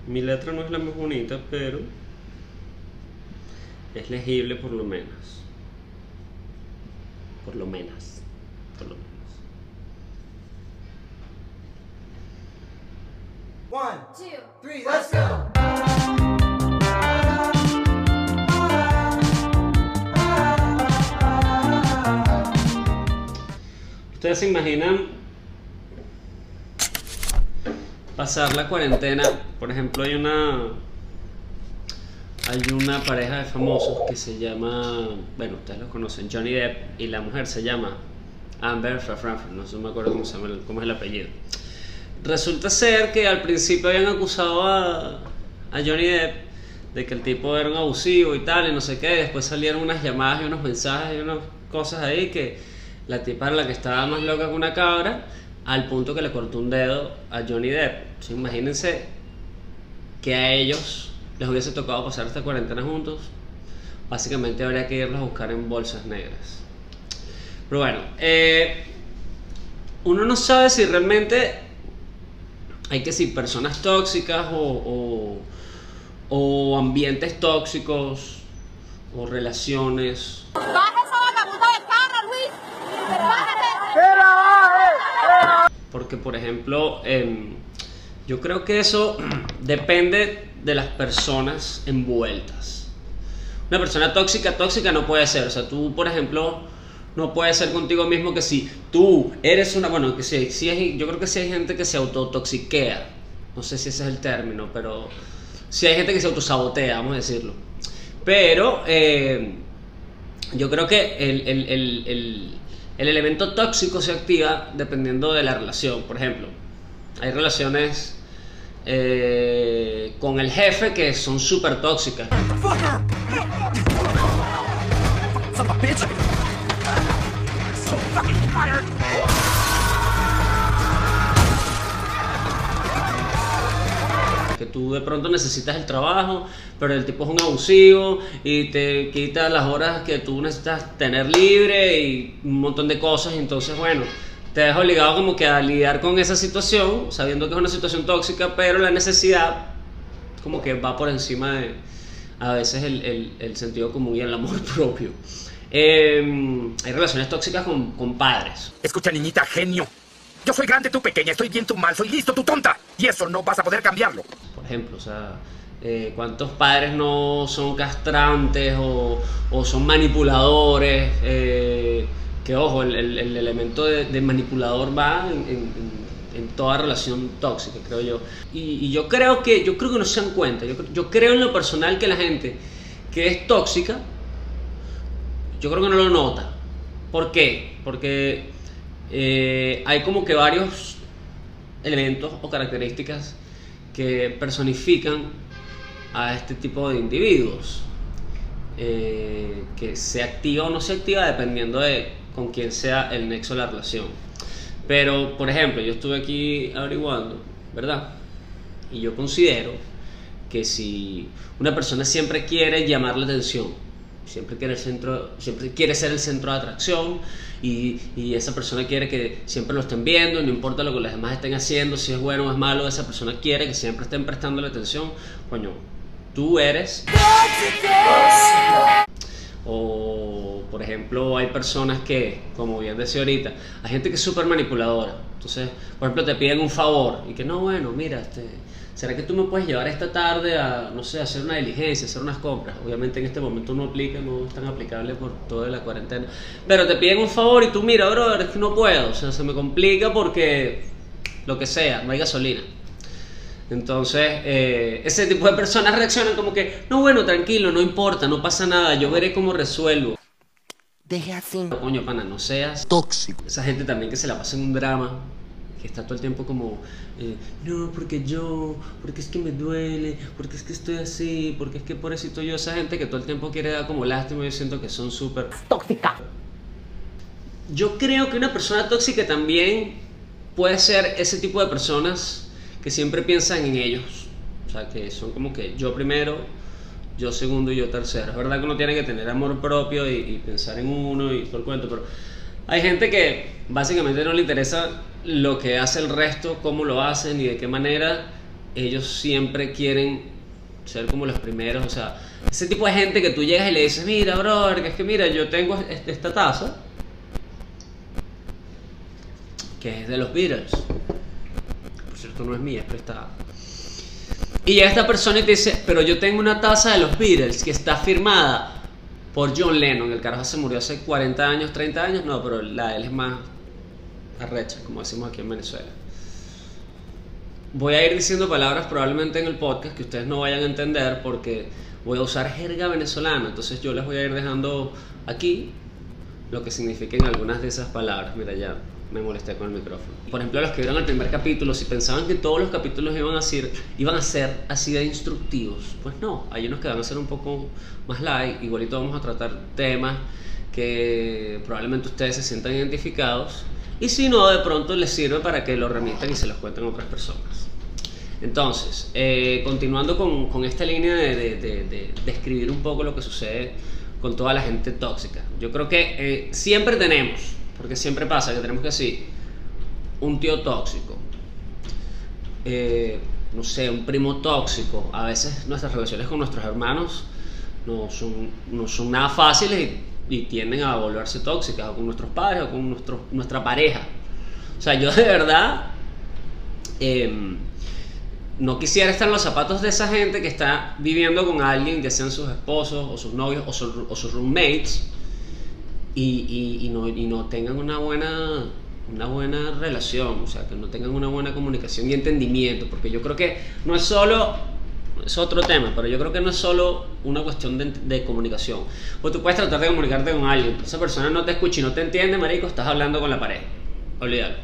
Mi letra no es la más bonita, pero es legible por lo menos. Por lo menos. Por lo menos. 1, 2, 3, let's go! ¿Ustedes se imaginan pasar la cuarentena? Por ejemplo, hay una pareja de famosos que se llama, bueno, ustedes los conocen, Johnny Depp, y la mujer se llama Amber Franfranfran, no sé, no me acuerdo cómo es el apellido. Resulta ser que al principio habían acusado a Johnny Depp de que el tipo era un abusivo y tal, y no sé qué. Después salieron unas llamadas y unos mensajes y unas cosas ahí que la tipa era la que estaba más loca que una cabra, al punto que le cortó un dedo a Johnny Depp. O sea, imagínense que a ellos les hubiese tocado pasar esta cuarentena juntos. Básicamente habría que irlos a buscar en bolsas negras. Pero bueno, uno no sabe si realmente hay que si personas tóxicas o ambientes tóxicos o relaciones. ¡Bájese la capucha del carro, Luis! ¡Bájate! Porque, por ejemplo, yo creo que eso depende de las personas envueltas. Una persona tóxica no puede ser. O sea, tú, por ejemplo, no puedes ser contigo mismo que si tú eres una... Bueno, que yo creo que sí hay gente que se autotoxiquea. No sé si ese es el término, pero sí hay gente que se autosabotea, vamos a decirlo. Pero yo creo que el elemento tóxico se activa dependiendo de la relación. Por ejemplo, hay relaciones con el jefe que son súper tóxicas. Que tú de pronto necesitas el trabajo, pero el tipo es un abusivo y te quita las horas que tú necesitas tener libre y un montón de cosas. Y entonces, bueno, te ves obligado como que a lidiar con esa situación, sabiendo que es una situación tóxica, pero la necesidad como que va por encima de a veces el sentido común y el amor propio. Hay relaciones tóxicas con padres. Escucha, niñita, genio. Yo soy grande, tú pequeña, estoy bien, tú mal, soy listo, tú tonta. Y eso no vas a poder cambiarlo. Por ejemplo, o sea, ¿cuántos padres no son castrantes o son manipuladores? Que ojo, el elemento de manipulador va en toda relación tóxica, creo yo. Y yo creo que no se dan cuenta. Yo creo en lo personal que la gente que es tóxica, yo creo que no lo nota. ¿Por qué? Porque hay como que varios elementos o características que personifican a este tipo de individuos, que se activa o no se activa dependiendo de con quién sea el nexo de la relación. Pero, por ejemplo, yo estuve aquí averiguando, ¿verdad? Y yo considero que si una persona siempre quiere llamar la atención, siempre quiere ser el centro de atracción, y esa persona quiere que siempre lo estén viendo, no importa lo que los demás estén haciendo, si es bueno o es malo, esa persona quiere que siempre estén prestándole atención. Coño, tú eres... O, por ejemplo, hay personas que, como bien decía ahorita, hay gente que es súper manipuladora. Entonces, por ejemplo, te piden un favor y que no, bueno, mira, ¿será que tú me puedes llevar esta tarde a, no sé, a hacer una diligencia, hacer unas compras? Obviamente en este momento no aplica, no es tan aplicable por toda la cuarentena. Pero te piden un favor y tú, mira, brother, es que no puedo, o sea, se me complica porque lo que sea, no hay gasolina. Entonces, ese tipo de personas reaccionan como que, no, bueno, tranquilo, no importa, no pasa nada, yo veré cómo resuelvo. Deje así. Coño, pana, no seas Tóxico. esa gente también que se la pasa en un drama, que está todo el tiempo como, no, porque es que me duele, porque es que estoy así, porque es que pobrecito yo. Esa gente que todo el tiempo quiere dar como lástima, yo siento que son súper Tóxica. Yo creo que una persona tóxica también puede ser ese tipo de personas que siempre piensan en ellos. O sea, que son como que yo primero, yo segundo y yo tercero. Es verdad que uno tiene que tener amor propio y pensar en uno y todo el cuento, pero hay gente que básicamente no le interesa lo que hace el resto, cómo lo hacen y de qué manera, ellos siempre quieren ser como los primeros, o sea, ese tipo de gente que tú llegas y le dices, mira, brother, que es que mira, yo tengo esta taza, que es de los Beatles, por cierto no es mía, es prestada, y llega esta persona y te dice, pero yo tengo una taza de los Beatles que está firmada por John Lennon, el carajo se murió hace 40 años, 30 años, no, pero la de él es más arrecha, como decimos aquí en Venezuela. Voy a ir diciendo palabras probablemente en el podcast que ustedes no vayan a entender porque voy a usar jerga venezolana, entonces yo les voy a ir dejando aquí lo que signifiquen algunas de esas palabras. Mira, ya me molesté con el micrófono. Por ejemplo, los que vieron el primer capítulo, si pensaban que todos los capítulos iban a ser así de instructivos, pues no, hay unos que van a ser un poco más light, igualito vamos a tratar temas que probablemente ustedes se sientan identificados, y si no, de pronto les sirve para que lo remitan y se los cuenten a otras personas. Entonces, continuando con esta línea de describir un poco lo que sucede con toda la gente tóxica. Yo creo que siempre tenemos, porque siempre pasa que tenemos que decir, un tío tóxico, no sé, un primo tóxico. A veces nuestras relaciones con nuestros hermanos no son nada fáciles y tienden a volverse tóxicas, o con nuestros padres o con nuestra pareja. O sea, yo de verdad no quisiera estar en los zapatos de esa gente que está viviendo con alguien, que sean sus esposos o sus novios o sus roommates, y no tengan una buena relación, o sea, que no tengan una buena comunicación y entendimiento, porque yo creo que no es solo, es otro tema, pero yo creo que no es solo una cuestión de comunicación. Pues tú puedes tratar de comunicarte con alguien, pero esa persona no te escucha y no te entiende, marico, estás hablando con la pareja, olvídalo.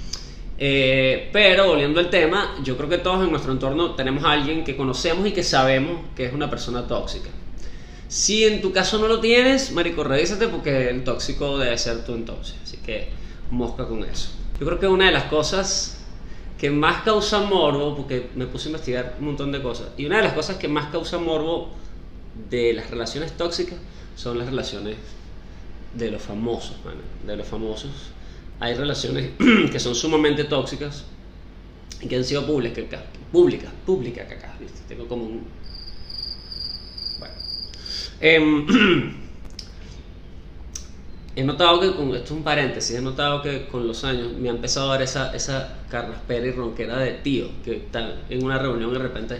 Pero volviendo al tema, yo creo que todos en nuestro entorno tenemos a alguien que conocemos y que sabemos que es una persona tóxica. Si en tu caso no lo tienes, marico, revísate, porque el tóxico debe ser tú entonces, así que mosca con eso. Yo creo que una de las cosas que más causa morbo, porque me puse a investigar un montón de cosas, y una de las cosas que más causa morbo de las relaciones tóxicas son las relaciones de los famosos, man. De los famosos hay relaciones que son sumamente tóxicas y que han sido públicas, acá, ¿viste? Tengo como un... Bueno. He notado que, esto es un paréntesis, he notado que con los años me ha empezado a dar esa carraspera y ronquera de tío, que está en una reunión y de repente...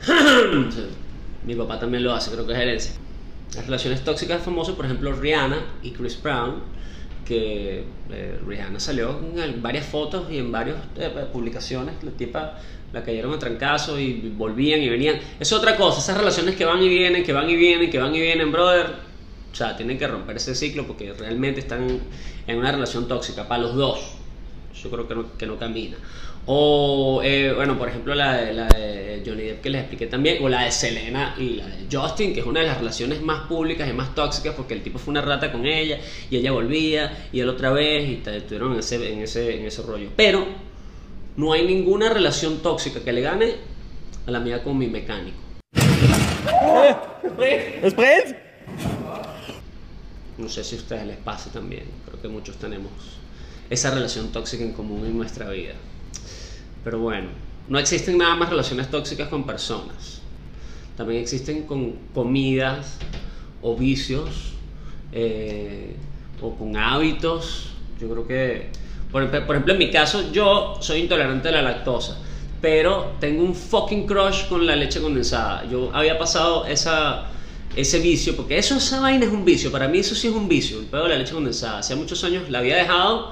Mi papá también lo hace, creo que es herencia. Las relaciones tóxicas famosas, por ejemplo, Rihanna y Chris Brown, que Rihanna salió en varias fotos y en varias publicaciones, la tipa la cayeron a trancazo y volvían y venían. Es otra cosa, esas relaciones que van y vienen, que van y vienen, brother. O sea, tienen que romper ese ciclo porque realmente están en una relación tóxica para los dos. Yo creo que no camina. O, bueno, por ejemplo, la de Johnny Depp que les expliqué también, o la de Selena y la de Justin, que es una de las relaciones más públicas y más tóxicas porque el tipo fue una rata con ella y ella volvía y él otra vez y estuvieron en ese rollo. Pero no hay ninguna relación tóxica que le gane a la mía con mi mecánico. ¿Es Brent? No sé si a ustedes les pasa también. Creo que muchos tenemos esa relación tóxica en común en nuestra vida. Pero bueno, no existen nada más relaciones tóxicas con personas. También existen con comidas o vicios o con hábitos. Yo creo que, por ejemplo, en mi caso, yo soy intolerante a la lactosa, pero tengo un fucking crush con la leche condensada. Yo había pasado ese vicio, porque esa vaina es un vicio, para mí eso sí es un vicio, el pedo de la leche condensada. Hace muchos años la había dejado,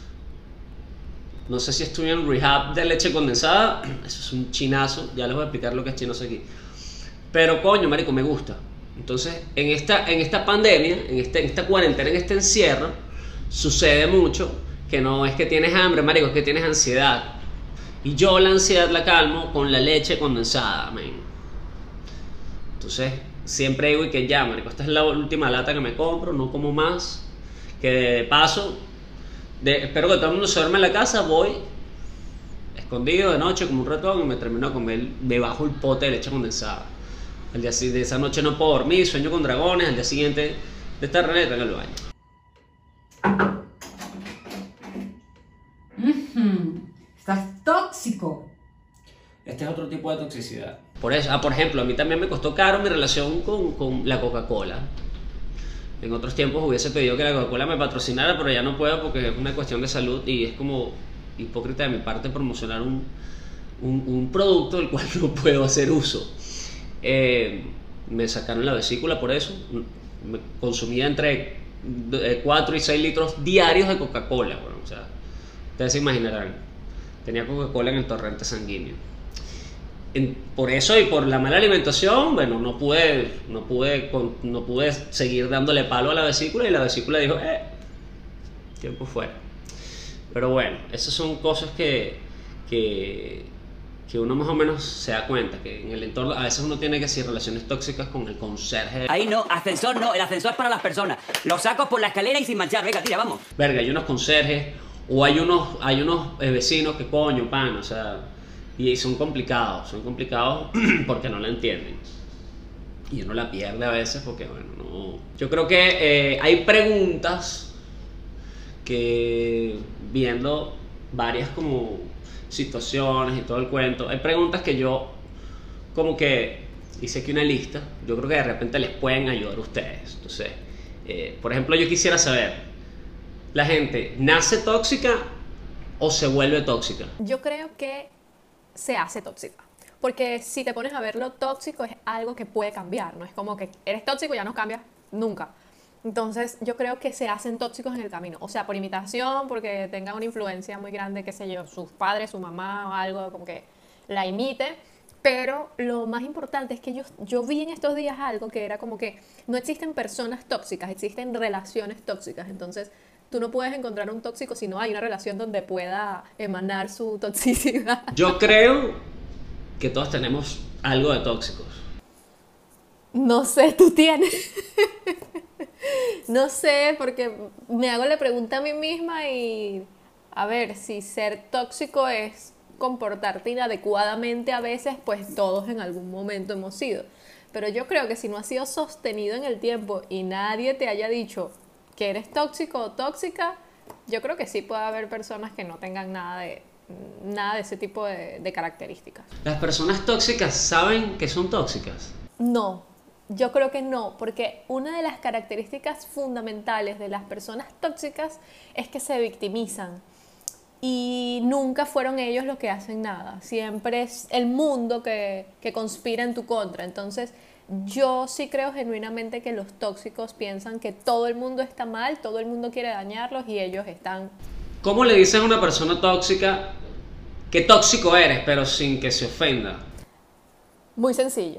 no sé si estuve en rehab de leche condensada, eso es un chinazo, ya les voy a explicar lo que es chinazo aquí. Pero coño, marico, me gusta. Entonces, en esta pandemia, en esta cuarentena, en este encierro, sucede mucho que no es que tienes hambre, marico, es que tienes ansiedad. Y yo la ansiedad la calmo con la leche condensada, man. Entonces, siempre digo y que ya, marico, esta es la última lata que me compro, no como más. Que de paso, espero que todo el mundo se duerma en la casa, voy escondido de noche como un ratón y me termino a comer debajo el pote de leche condensada. Al día de esa noche no puedo dormir, sueño con dragones, al día siguiente de estar reneta en el baño. Estás tóxico. Este es otro tipo de toxicidad. Por eso, por ejemplo, a mí también me costó caro mi relación con la Coca-Cola. En otros tiempos hubiese pedido que la Coca-Cola me patrocinara, pero ya no puedo porque es una cuestión de salud y es como hipócrita de mi parte promocionar un producto del cual no puedo hacer uso. Me sacaron la vesícula por eso. Me consumía entre 4 y 6 litros diarios de Coca-Cola. Bueno, o sea, ustedes se imaginarán. Tenía Coca-Cola en el torrente sanguíneo. Por eso y por la mala alimentación, bueno, no pude seguir dándole palo a la vesícula y la vesícula dijo, tiempo fuera. Pero bueno, esas son cosas que uno más o menos se da cuenta, que en el entorno a veces uno tiene que hacer relaciones tóxicas con el conserje. Ahí no, ascensor no, el ascensor es para las personas. Los sacos por la escalera y sin manchar, venga, tira, vamos. Verga, hay unos conserjes o hay unos vecinos que coño, pan, o sea, y son complicados porque no la entienden. Y uno la pierde a veces porque, bueno, no. Yo creo que hay preguntas que, viendo varias como situaciones y todo el cuento, hay preguntas que yo como que hice aquí una lista. Yo creo que de repente les pueden ayudar a ustedes. Entonces, por ejemplo, yo quisiera saber, ¿la gente nace tóxica o se vuelve tóxica? Yo creo que se hace tóxica. Porque si te pones a ver, lo tóxico es algo que puede cambiar. No es como que eres tóxico y ya no cambias nunca. Entonces yo creo que se hacen tóxicos en el camino. O sea, por imitación, porque tengan una influencia muy grande, qué sé yo, sus padres, su mamá o algo, como que la imite. Pero lo más importante es que yo vi en estos días algo que era como que no existen personas tóxicas, existen relaciones tóxicas. Entonces tú no puedes encontrar un tóxico si no hay una relación donde pueda emanar su toxicidad. Yo creo que todos tenemos algo de tóxicos. No sé, tú tienes. No sé, porque me hago la pregunta a mí misma y a ver, si ser tóxico es comportarte inadecuadamente a veces, pues todos en algún momento hemos sido. Pero yo creo que si no ha sido sostenido en el tiempo y nadie te haya dicho que eres tóxico o tóxica, yo creo que sí puede haber personas que no tengan nada de ese tipo de características. ¿Las personas tóxicas saben que son tóxicas? No, yo creo que no, porque una de las características fundamentales de las personas tóxicas es que se victimizan y nunca fueron ellos los que hacen nada, siempre es el mundo que conspira en tu contra. Entonces yo sí creo genuinamente que los tóxicos piensan que todo el mundo está mal, todo el mundo quiere dañarlos y ellos están... ¿Cómo le dices a una persona tóxica qué tóxico eres, pero sin que se ofenda? Muy sencillo.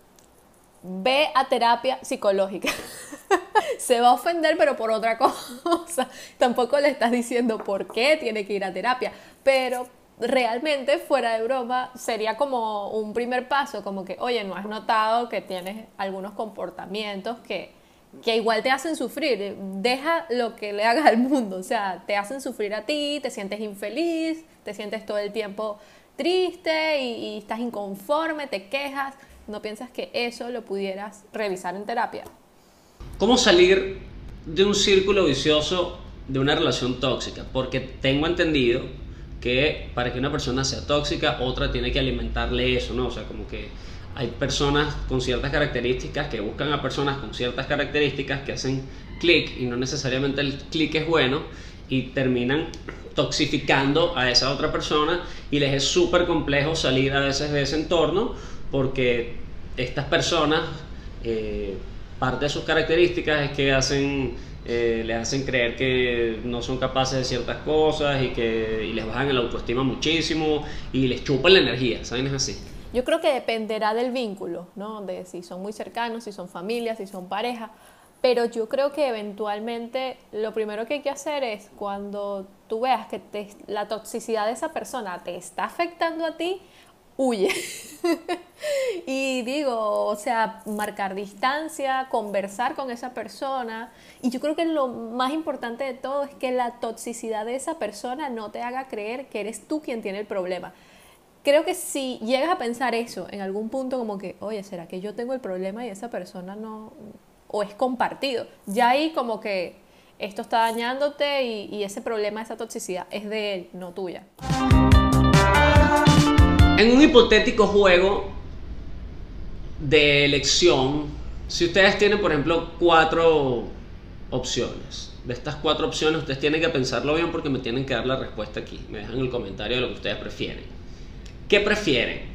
Ve a terapia psicológica. Se va a ofender, pero por otra cosa. Tampoco le estás diciendo por qué tiene que ir a terapia, pero realmente, fuera de broma, sería como un primer paso, como que, oye, ¿no has notado que tienes algunos comportamientos que igual te hacen sufrir? Deja lo que le hagas al mundo, o sea, te hacen sufrir a ti, te sientes infeliz, te sientes todo el tiempo triste y estás inconforme, te quejas. ¿No piensas que eso lo pudieras revisar en terapia? ¿Cómo salir de un círculo vicioso de una relación tóxica? Porque tengo entendido que para que una persona sea tóxica, otra tiene que alimentarle eso, ¿no? O sea, como que hay personas con ciertas características que buscan a personas con ciertas características que hacen clic, y no necesariamente el clic es bueno, y terminan toxificando a esa otra persona, y les es súper complejo salir a veces de ese entorno, porque estas personas, parte de sus características es que les hacen creer que no son capaces de ciertas cosas y les bajan el autoestima muchísimo y les chupan la energía, ¿saben? Es así. Yo creo que dependerá del vínculo, ¿no? De si son muy cercanos, si son familia, si son pareja. Pero yo creo que eventualmente lo primero que hay que hacer es, cuando tú veas que la toxicidad de esa persona te está afectando a ti, huye. Y digo, o sea, marcar distancia, conversar con esa persona. Y yo creo que lo más importante de todo es que la toxicidad de esa persona no te haga creer que eres tú quien tiene el problema. Creo que si llegas a pensar eso en algún punto, como que, oye, ¿será que yo tengo el problema y esa persona no? O es compartido. Ya ahí como que esto está dañándote y ese problema, esa toxicidad es de él, no tuya. En un hipotético juego de elección, si ustedes tienen, por ejemplo, 4 opciones, de estas 4 opciones ustedes tienen que pensarlo bien porque me tienen que dar la respuesta aquí. Me dejan en el comentario de lo que ustedes prefieren. ¿Qué prefieren?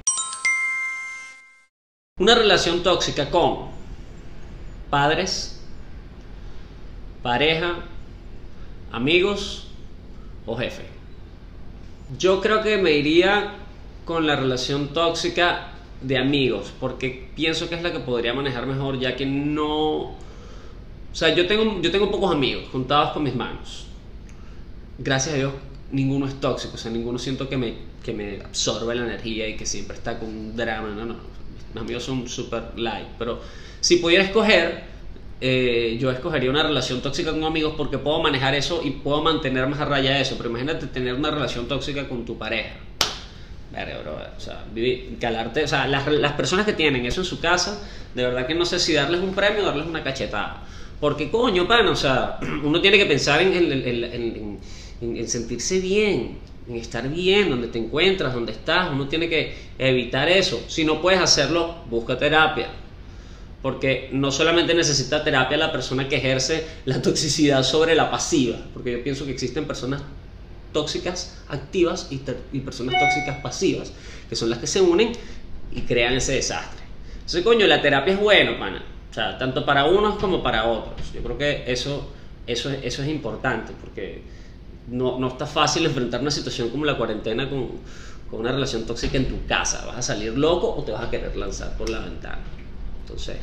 Una relación tóxica con padres, pareja, amigos o jefe. Yo creo que me iría con la relación tóxica de amigos, porque pienso que es la que podría manejar mejor, ya que no... O sea, yo tengo pocos amigos, contados con mis manos. Gracias a Dios, ninguno es tóxico, o sea, ninguno siento que me absorbe la energía y que siempre está con un drama, no. Mis amigos son super light, pero si pudiera escoger, yo escogería una relación tóxica con amigos porque puedo manejar eso y puedo mantener más a raya eso. Pero imagínate tener una relación tóxica con tu pareja. Verga, bro, o sea, calarte, o sea, las personas que tienen eso en su casa, de verdad que no sé si darles un premio o darles una cachetada. Porque coño, pana, o sea, uno tiene que pensar en sentirse bien, en estar bien, donde te encuentras, donde estás. Uno tiene que evitar eso. Si no puedes hacerlo, busca terapia. Porque no solamente necesita terapia la persona que ejerce la toxicidad sobre la pasiva, porque yo pienso que existen personas tóxicas activas y personas tóxicas pasivas, que son las que se unen y crean ese desastre. Entonces, coño, la terapia es bueno, pana. O sea, tanto para unos como para otros. Yo creo que eso es importante, porque no está fácil enfrentar una situación como la cuarentena con una relación tóxica en tu casa. ¿Vas a salir loco o te vas a querer lanzar por la ventana? Entonces,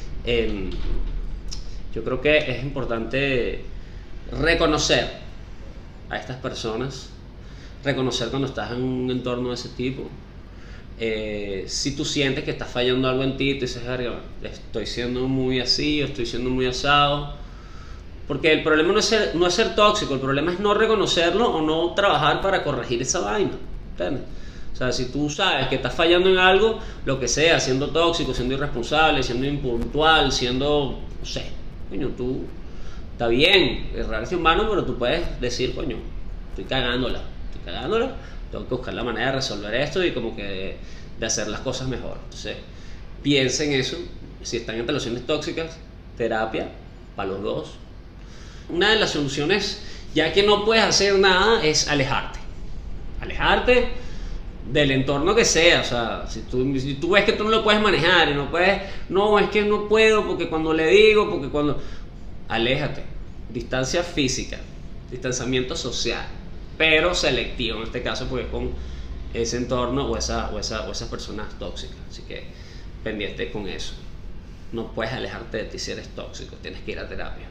yo creo que es importante reconocer a estas personas, reconocer cuando estás en un entorno de ese tipo. Si tú sientes que está fallando algo en ti, te dices, estoy siendo muy así, o estoy siendo muy asado. Porque el problema no es ser tóxico, el problema es no reconocerlo o no trabajar para corregir esa vaina, ¿entiendes? O sea, si tú sabes que estás fallando en algo, lo que sea, siendo tóxico, siendo irresponsable, siendo impuntual, siendo, no sé, coño, tú, está bien, errar es humano, pero tú puedes decir, coño, estoy cagándola, tengo que buscar la manera de resolver esto y como que de hacer las cosas mejor. Entonces, piensen eso, si están en relaciones tóxicas, terapia, para los dos. Una de las soluciones, ya que no puedes hacer nada, es alejarte del entorno que sea. O sea, si tú ves que tú no lo puedes manejar y no, es que no puedo porque cuando le digo, aléjate. Distancia física, distanciamiento social, pero selectivo en este caso, porque con ese entorno o esas personas tóxicas. Así que pendiente con eso. No puedes alejarte de ti si eres tóxico, tienes que ir a terapia.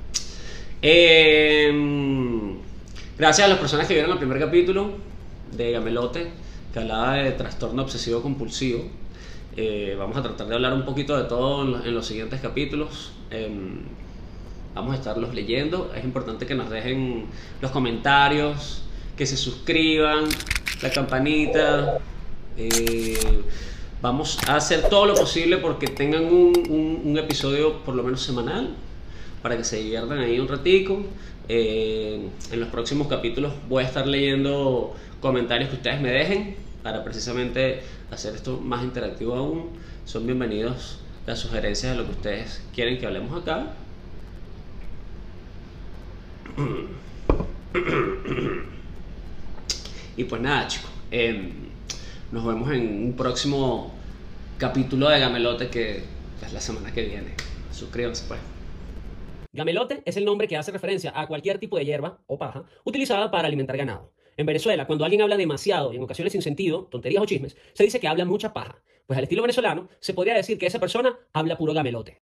Gracias a las personas que vieron el primer capítulo de Gamelote, que hablaba de trastorno obsesivo compulsivo. Vamos a tratar de hablar un poquito de todo en los siguientes capítulos. Vamos a estarlos leyendo. Es importante que nos dejen los comentarios, que se suscriban, la campanita. Vamos a hacer todo lo posible porque tengan un episodio por lo menos semanal, para que se diviertan ahí un ratico. En los próximos capítulos voy a estar leyendo comentarios que ustedes me dejen para precisamente hacer esto más interactivo aún. Son bienvenidos las sugerencias de lo que ustedes quieren que hablemos acá. Y pues nada, chicos, nos vemos en un próximo capítulo de Gamelote, que es la semana que viene. Suscríbanse pues. Gamelote es el nombre que hace referencia a cualquier tipo de hierba o paja utilizada para alimentar ganado. En Venezuela, cuando alguien habla demasiado y en ocasiones sin sentido, tonterías o chismes, se dice que habla mucha paja. Pues al estilo venezolano, se podría decir que esa persona habla puro gamelote.